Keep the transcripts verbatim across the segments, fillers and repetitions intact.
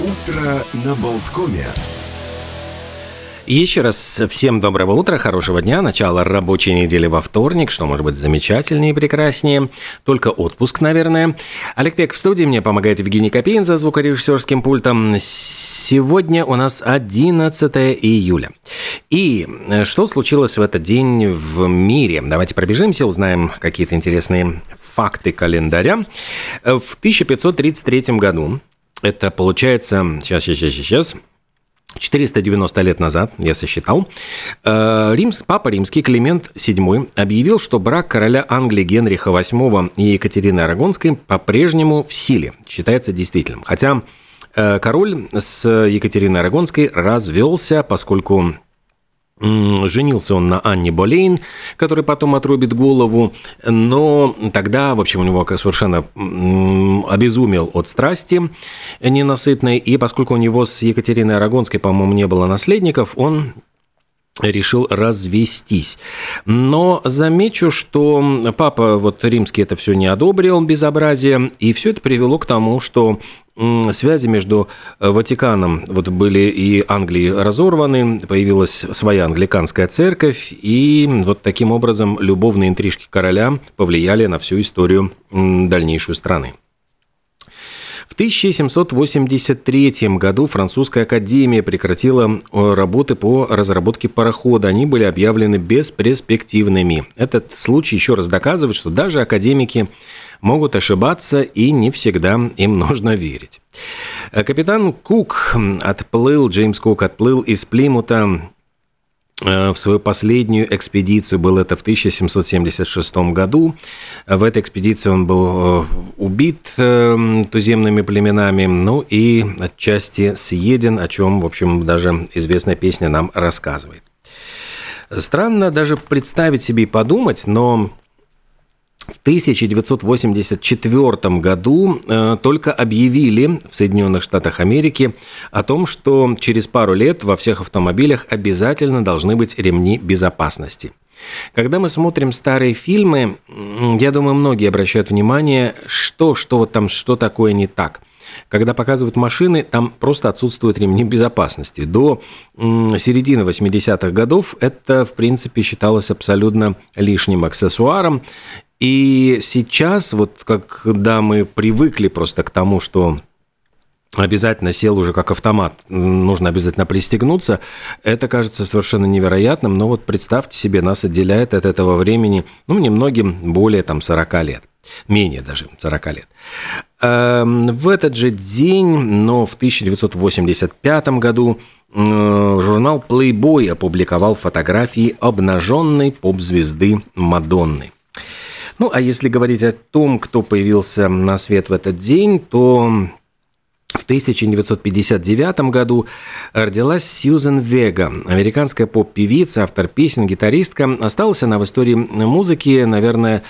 Утро на Болткоме. Еще раз всем доброго утра, хорошего дня, начало рабочей недели во вторник, что может быть замечательнее и прекраснее, только отпуск, наверное. Олег Пек в студии, мне помогает Евгений Копейн за звукорежиссерским пультом. Сегодня у нас одиннадцатое июля. И что случилось в этот день в мире? Давайте пробежимся, узнаем какие-то интересные факты календаря. В тысяча пятьсот тридцать третьем году, это получается, сейчас, сейчас, сейчас, четыреста девяносто лет назад, я сосчитал, Римс, Папа Римский Климент седьмой объявил, что брак короля Англии Генриха восьмого и Екатерины Арагонской по-прежнему в силе, считается действительным. Хотя король с Екатериной Арагонской развелся, поскольку женился он на Анне Болейн, которой потом отрубит голову, но тогда, в общем, у него совершенно обезумел от страсти ненасытной, и поскольку у него с Екатериной Арагонской, по-моему, не было наследников, он решил развестись. Но замечу, что папа вот римский это все не одобрил, безобразие, и все это привело к тому, что связи между Ватиканом вот были и Англией разорваны, появилась своя англиканская церковь, и вот таким образом любовные интрижки короля повлияли на всю историю дальнейшую страны. В тысяча семьсот восемьдесят третьем году Французская академия прекратила работы по разработке парохода. Они были объявлены бесперспективными. Этот случай еще раз доказывает, что даже академики могут ошибаться, и не всегда им нужно верить. Капитан Кук отплыл, Джеймс Кук отплыл из Плимута в свою последнюю экспедицию, был это в тысяча семьсот семьдесят шестом году. В этой экспедиции он был убит туземными племенами, ну и отчасти съеден, о чем, в общем, даже известная песня нам рассказывает. Странно даже представить себе и подумать, но в тысяча девятьсот восемьдесят четвёртом году э, только объявили в Соединенных Штатах Америки о том, что через пару лет во всех автомобилях обязательно должны быть ремни безопасности. Когда мы смотрим старые фильмы, я думаю, многие обращают внимание, что, что вот там, что такое не так. Когда показывают машины, там просто отсутствуют ремни безопасности. До середины восьмидесятых годов это, в принципе, считалось абсолютно лишним аксессуаром. И сейчас, вот когда мы привыкли просто к тому, что обязательно сел уже как автомат, нужно обязательно пристегнуться, это кажется совершенно невероятным. Но вот представьте себе, нас отделяет от этого времени, ну, немногим более там сорока лет. Менее даже сорока лет. В этот же день, но в тысяча девятьсот восемьдесят пятом году, журнал Playboy опубликовал фотографии обнаженной поп-звезды Мадонны. Ну, а если говорить о том, кто появился на свет в этот день, то в тысяча девятьсот пятьдесят девятом году родилась Сьюзен Вега, американская поп-певица, автор песен, гитаристка. Осталась она в истории музыки, наверное,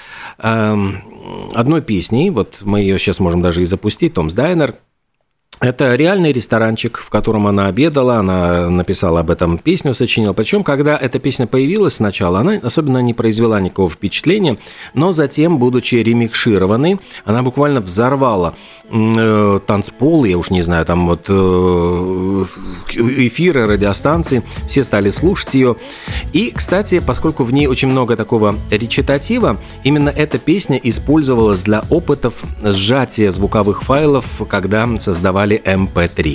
одной песней. Вот мы ее сейчас можем даже и запустить, «Tom's Diner». Это реальный ресторанчик, в котором она обедала, она написала об этом песню, сочинила. Причем, когда эта песня появилась сначала, она особенно не произвела никакого впечатления, но затем, будучи ремикшированной, она буквально взорвала э, танцпол, я уж не знаю, там вот э, эфиры, радиостанции, все стали слушать ее. И, кстати, поскольку в ней очень много такого речитатива, именно эта песня использовалась для опытов сжатия звуковых файлов, когда создавали эм пэ три.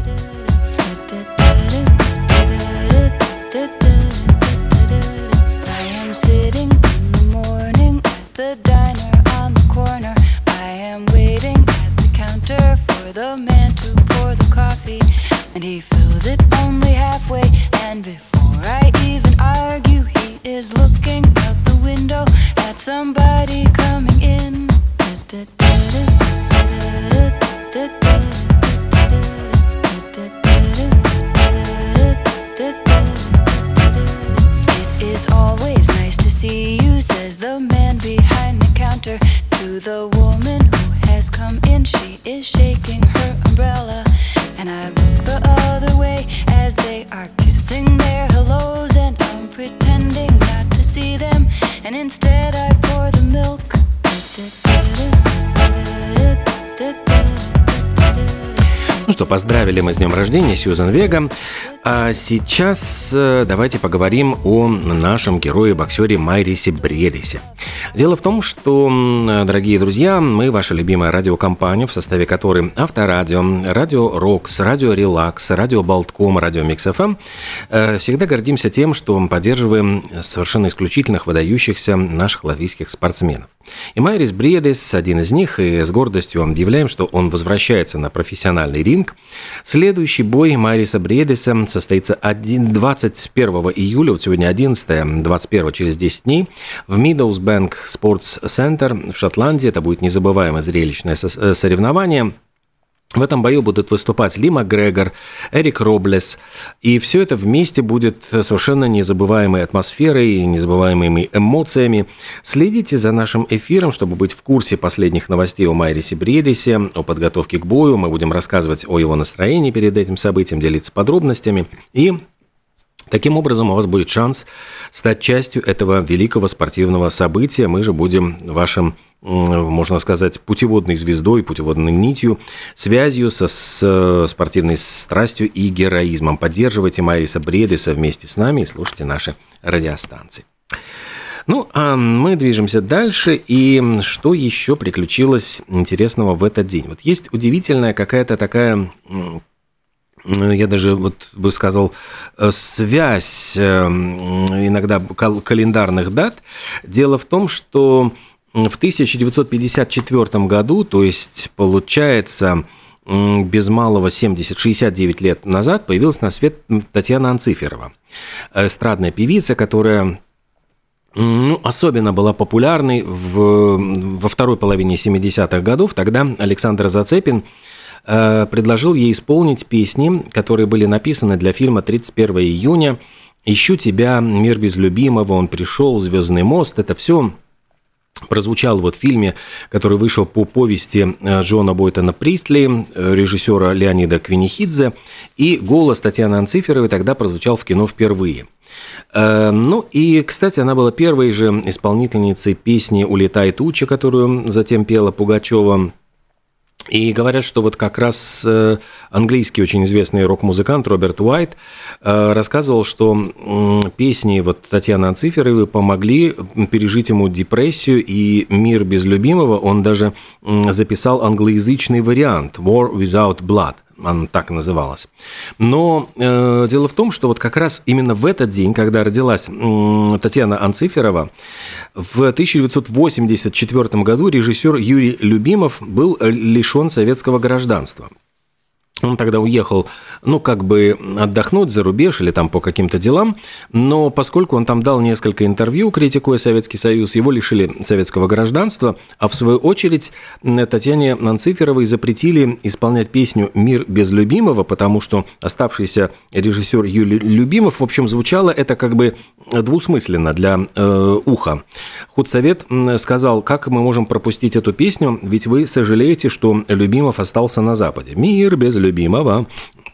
The woman who has come in, she is shaking her umbrella, and I look the other way as they are kissing their hellos, and I'm pretending not to see them, and instead I pour the milk. что, поздравили мы с днем рождения Сьюзан Вега. А сейчас давайте поговорим о нашем герое-боксере Майрисе Бредесе. Дело в том, что, дорогие друзья, мы, ваша любимая радиокомпания, в составе которой Авторадио, Радио Рокс, Радио Релакс, Радио Болтком, Радио Микс эф эм, всегда гордимся тем, что поддерживаем совершенно исключительных, выдающихся наших латвийских спортсменов. И Майрис Бредес один из них, и с гордостью объявляем, что он возвращается на профессиональный ринг. Следующий бой Майриса Бредеса состоится двадцать первого июля, вот сегодня одиннадцатое, двадцать первого через десять дней, в Meadowsbank Sports Center в Шотландии. Это будет незабываемое зрелищное соревнование. В этом бою будут выступать Ли Макгрегор, Эрик Роблес, и все это вместе будет совершенно незабываемой атмосферой и незабываемыми эмоциями. Следите за нашим эфиром, чтобы быть в курсе последних новостей о Майрисе Бредесе, о подготовке к бою. Мы будем рассказывать о его настроении перед этим событием, делиться подробностями. И таким образом у вас будет шанс стать частью этого великого спортивного события. Мы же будем вашим, можно сказать, путеводной звездой, путеводной нитью, связью со с спортивной страстью и героизмом. Поддерживайте Майриса Бредеса вместе с нами и слушайте наши радиостанции. Ну, а мы движемся дальше. И что еще приключилось интересного в этот день? Вот есть удивительная какая-то такая... Я даже вот бы сказал, связь иногда календарных дат. Дело в том, что в тысяча девятьсот пятьдесят четвёртом году, то есть, получается, без малого семьдесят шестьдесят девять лет назад, появилась на свет Татьяна Анциферова, эстрадная певица, которая... Ну, особенно была популярной в, во второй половине семидесятых годов. Тогда Александр Зацепин предложил ей исполнить песни, которые были написаны для фильма тридцать первого июня. «Ищу тебя», «Мир без любимого», «Он пришел», «Звездный мост». Это все прозвучало вот в фильме, который вышел по повести Джона Бойтона Пристли, режиссера Леонида Квинихидзе, и голос Татьяны Анциферовой тогда прозвучал в кино впервые. Ну и, кстати, она была первой же исполнительницей песни «Улетай туча», которую затем пела Пугачева. И говорят, что вот как раз английский очень известный рок-музыкант Роберт Уайт рассказывал, что песни вот Татьяны Анциферовой помогли пережить ему депрессию, и «Мир без любимого» он даже записал англоязычный вариант «War Without Blood». Она так называлась. Но э, дело в том, что вот как раз именно в этот день, когда родилась э, Татьяна Анциферова, в тысяча девятьсот восемьдесят четвёртом году режиссер Юрий Любимов был лишен советского гражданства. Он тогда уехал, ну, как бы отдохнуть за рубеж или там по каким-то делам, но поскольку он там дал несколько интервью, критикуя Советский Союз, его лишили советского гражданства, а в свою очередь Татьяне Анциферовой запретили исполнять песню «Мир без любимого», потому что оставшийся режиссер Юрий Любимов, в общем, звучало это как бы двусмысленно для э, уха. Худсовет сказал: как мы можем пропустить эту песню, ведь вы сожалеете, что Любимов остался на Западе. «Мир без любимого». любимого.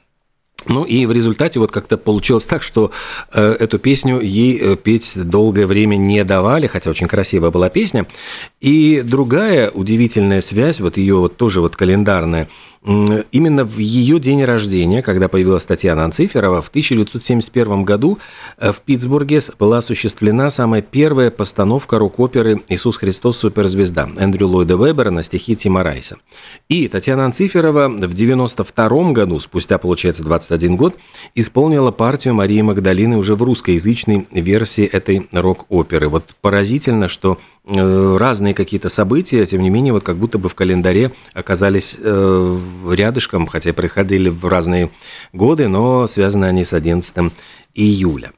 Ну и в результате вот как-то получилось так, что э, эту песню ей петь долгое время не давали, хотя очень красивая была песня. И другая удивительная связь, вот ее вот тоже вот календарная, именно в ее день рождения, когда появилась Татьяна Анциферова, в тысяча девятьсот семьдесят первом году в Питтсбурге была осуществлена самая первая постановка рок-оперы «Иисус Христос. Суперзвезда» Эндрю Ллойда Вебера на стихи Тима Райса. И Татьяна Анциферова в девяносто втором году, спустя, получается, двадцать один год, исполнила партию Марии Магдалины уже в русскоязычной версии этой рок-оперы. Вот поразительно, что разные какие-то события, тем не менее, вот как будто бы в календаре оказались рядышком, хотя происходили в разные годы, но связаны они с одиннадцатым июля.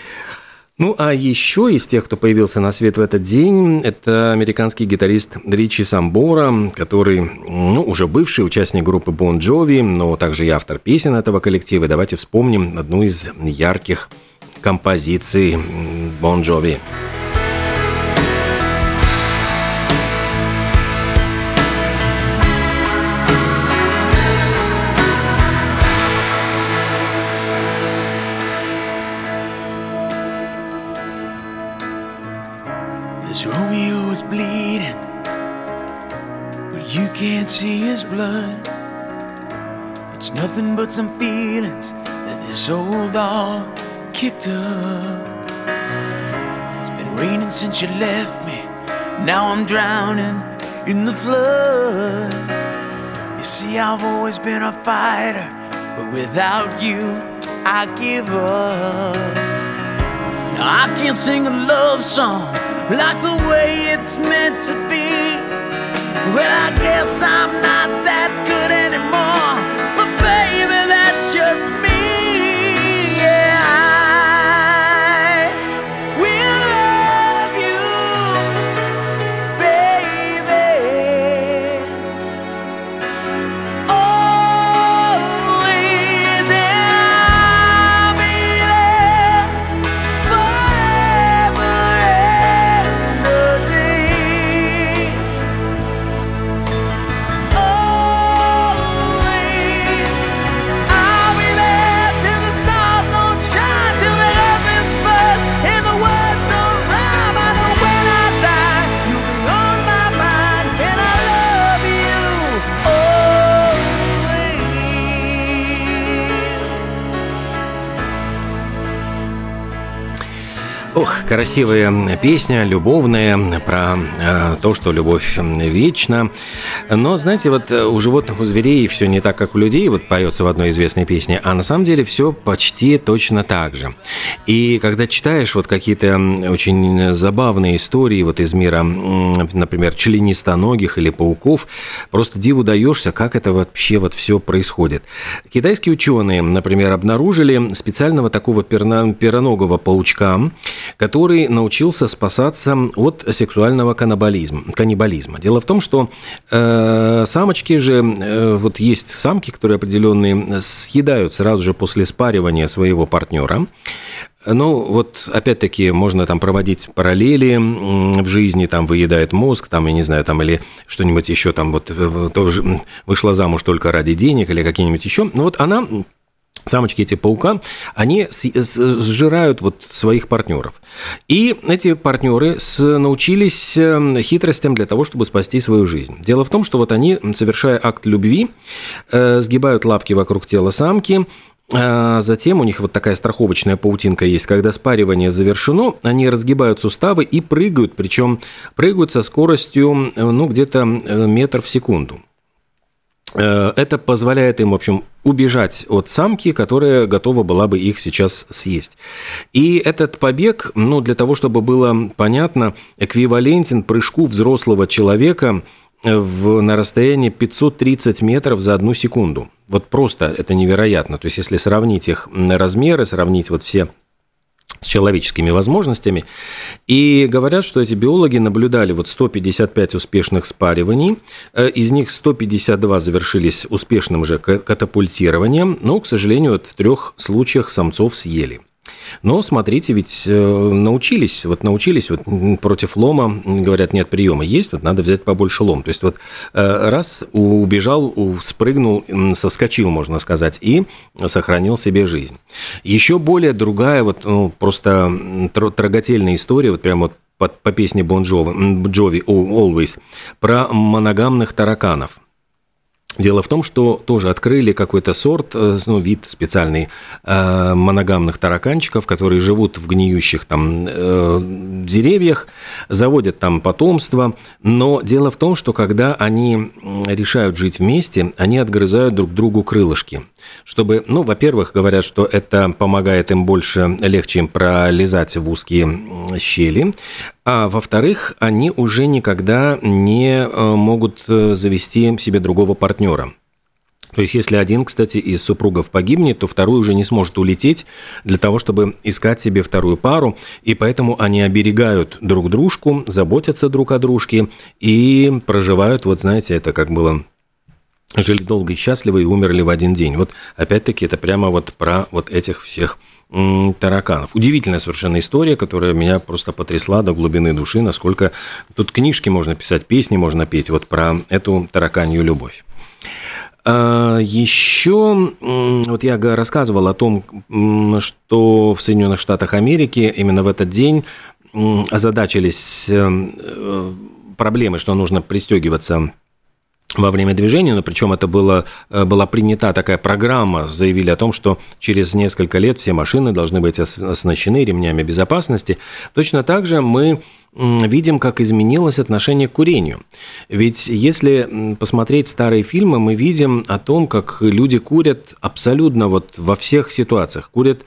Ну, а еще из тех, кто появился на свет в этот день, это американский гитарист Ричи Самбора, который, ну, уже бывший участник группы Bon Jovi, но также и автор песен этого коллектива. Давайте вспомним одну из ярких композиций Bon Jovi. This Romeo is bleeding, but you can't see his blood. It's It's nothing but some feelings that this old dog kicked up. It's been raining since you left me. Now I'm drowning in the flood. You see, I've always been a fighter, but without you, I give up. Now I can't sing a love song like the way it's meant to be. Well, I guess I'm not that good anymore, but baby, that's just me. Yeah, I will love you, baby, always, and I'll be there forever and a day. Always, I'll be there till the stars don't shine, till the heavens burst and the words don't rhyme. I know when I die, you'll be on my mind, and I love you always. Ох, красивая песня, любовная, про э, то, что любовь вечна. Но, знаете, вот у животных, у зверей все не так, как у людей, вот поется в одной известной песне, а на самом деле все почти точно так же. И когда читаешь вот какие-то очень забавные истории вот из мира, например, членистоногих или пауков, просто диву даешься, как это вообще вот все происходит. Китайские ученые, например, обнаружили специального такого пероногого паучка, который научился спасаться от сексуального каннибализма. каннибализма. Дело в том, что э, самочки же, э, вот есть самки, которые определенные съедают сразу же после спаривания своего партнера. Ну, вот, опять-таки, можно там проводить параллели в жизни, там, выедает мозг, там, я не знаю, там, или что-нибудь еще, там, вот, тоже вышла замуж только ради денег, или какие-нибудь еще. Ну, вот она... Самочки эти паука, они сжирают вот своих партнеров. И эти партнеры научились хитростям для того, чтобы спасти свою жизнь. Дело в том, что вот они, совершая акт любви, сгибают лапки вокруг тела самки, а затем у них вот такая страховочная паутинка есть. Когда спаривание завершено, они разгибают суставы и прыгают, причем прыгают со скоростью, ну, где-то метр в секунду. Это позволяет им, в общем, убежать от самки, которая готова была бы их сейчас съесть. И этот побег, ну, для того, чтобы было понятно, эквивалентен прыжку взрослого человека в, на расстоянии пятьсот тридцать метров за одну секунду. Вот просто это невероятно. То есть, если сравнить их размеры, сравнить вот все с человеческими возможностями. И говорят, что эти биологи наблюдали вот сто пятьдесят пять успешных спариваний, из них сто пятьдесят два завершились успешным же катапультированием, но, к сожалению, вот в трех случаях самцов съели. Но, смотрите, ведь научились, вот научились, вот против лома, говорят, нет приема, есть, вот надо взять побольше лом. То есть, вот раз убежал, спрыгнул, соскочил, можно сказать, и сохранил себе жизнь. Еще более другая, вот, ну, просто трогательная история, вот прямо вот по, по песне Бон Джови «Always», про моногамных тараканов. Дело в том, что тоже открыли какой-то сорт, ну, вид специальный э, моногамных тараканчиков, которые живут в гниющих там э, деревьях, заводят там потомство. Но дело в том, что когда они решают жить вместе, они отгрызают друг другу крылышки. Чтобы, ну, во-первых, говорят, что это помогает им больше, легче им пролезать в узкие щели. А во-вторых, они уже никогда не могут завести себе другого партнера. То есть, если один, кстати, из супругов погибнет, то второй уже не сможет улететь для того, чтобы искать себе вторую пару. И поэтому они оберегают друг дружку, заботятся друг о дружке и проживают, вот знаете, это как было... Жили долго и счастливо и умерли в один день. Вот опять-таки это прямо вот про вот этих всех м, тараканов. Удивительная совершенно история, которая меня просто потрясла до глубины души, насколько тут книжки можно писать, песни можно петь вот про эту тараканью любовь. А еще вот я рассказывал о том, что в Соединенных Штатах Америки именно в этот день озадачились проблемой, что нужно пристегиваться во время движения, но причем это было, была принята такая программа, заявили о том, что через несколько лет все машины должны быть оснащены ремнями безопасности. Точно так же мы видим, как изменилось отношение к курению. Ведь если посмотреть старые фильмы, мы видим о том, как люди курят абсолютно вот во всех ситуациях. Курят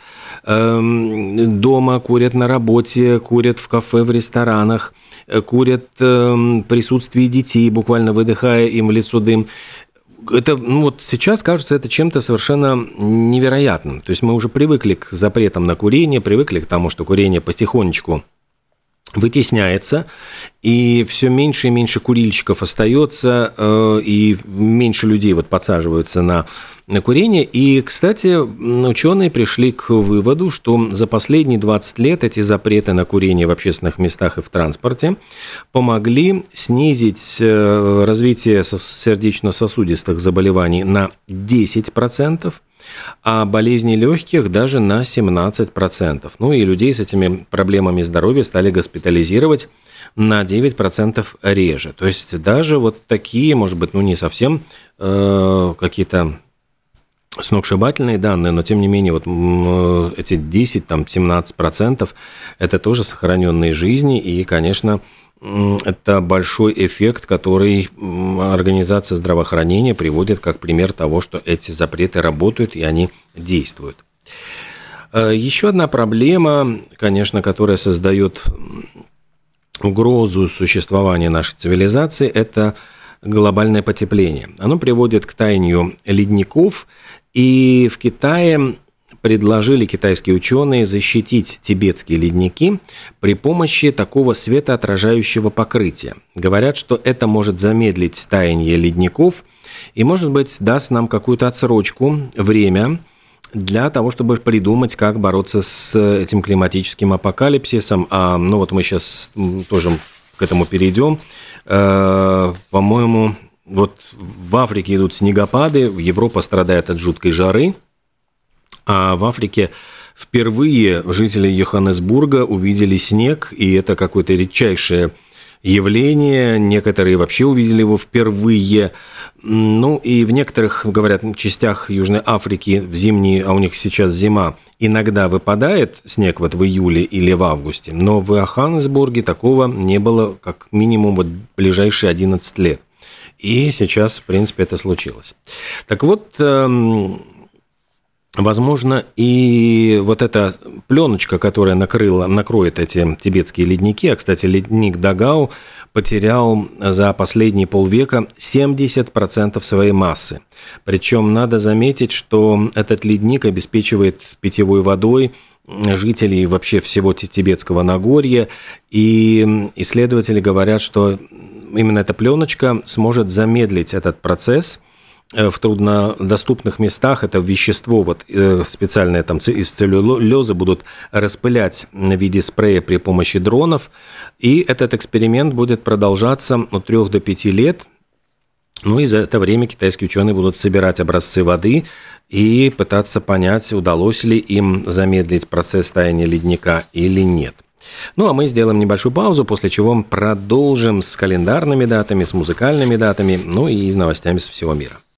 э, дома, курят на работе, курят в кафе, в ресторанах, курят э, в присутствии детей, буквально выдыхая им в лицо дым. Это, ну вот сейчас кажется это чем-то совершенно невероятным. То есть мы уже привыкли к запретам на курение, привыкли к тому, что курение потихонечку вытесняется, и все меньше и меньше курильщиков остается, и меньше людей вот подсаживаются на, на курение. И, кстати, ученые пришли к выводу, что за последние двадцать лет эти запреты на курение в общественных местах и в транспорте помогли снизить развитие сердечно-сосудистых заболеваний на десять процентов, а болезни легких даже на семнадцать процентов. Ну и людей с этими проблемами здоровья стали госпитализировать на девять процентов реже. То есть даже вот такие, может быть, ну не совсем э, какие-то сногсшибательные данные, но тем не менее вот э, эти десять-семнадцать процентов это тоже сохраненные жизни, и, конечно, это большой эффект, который Организация здравоохранения приводит как пример того, что эти запреты работают и они действуют. Еще одна проблема, конечно, которая создает угрозу существования нашей цивилизации, это глобальное потепление. Оно приводит к таянию ледников, и в Китае предложили китайские ученые защитить тибетские ледники при помощи такого светоотражающего покрытия. Говорят, что это может замедлить таяние ледников и, может быть, даст нам какую-то отсрочку, время для того, чтобы придумать, как бороться с этим климатическим апокалипсисом. А, ну вот мы сейчас тоже к этому перейдем. По-моему, вот в Африке идут снегопады, Европа страдает от жуткой жары. А в Африке впервые жители Йоханнесбурга увидели снег, и это какое-то редчайшее явление. Некоторые вообще увидели его впервые. Ну и в некоторых, говорят, частях Южной Африки в зимние, а у них сейчас зима, иногда выпадает снег вот в июле или в августе, но в Йоханнесбурге такого не было как минимум вот ближайшие одиннадцать лет. И сейчас, в принципе, это случилось. Так вот, возможно, и вот эта пленочка, которая накрыла, накроет эти тибетские ледники, а, кстати, ледник Дагау потерял за последние полвека семьдесят процентов своей массы. Причем надо заметить, что этот ледник обеспечивает питьевой водой жителей вообще всего Тибетского Нагорья, и исследователи говорят, что именно эта пленочка сможет замедлить этот процесс. В труднодоступных местах это вещество вот, специальное там, из целлюлозы будут распылять в виде спрея при помощи дронов. И этот эксперимент будет продолжаться от трёх до пяти лет. Ну и за это время китайские ученые будут собирать образцы воды и пытаться понять, удалось ли им замедлить процесс таяния ледника или нет. Ну, а мы сделаем небольшую паузу, после чего продолжим с календарными датами, с музыкальными датами, ну и с новостями со всего мира.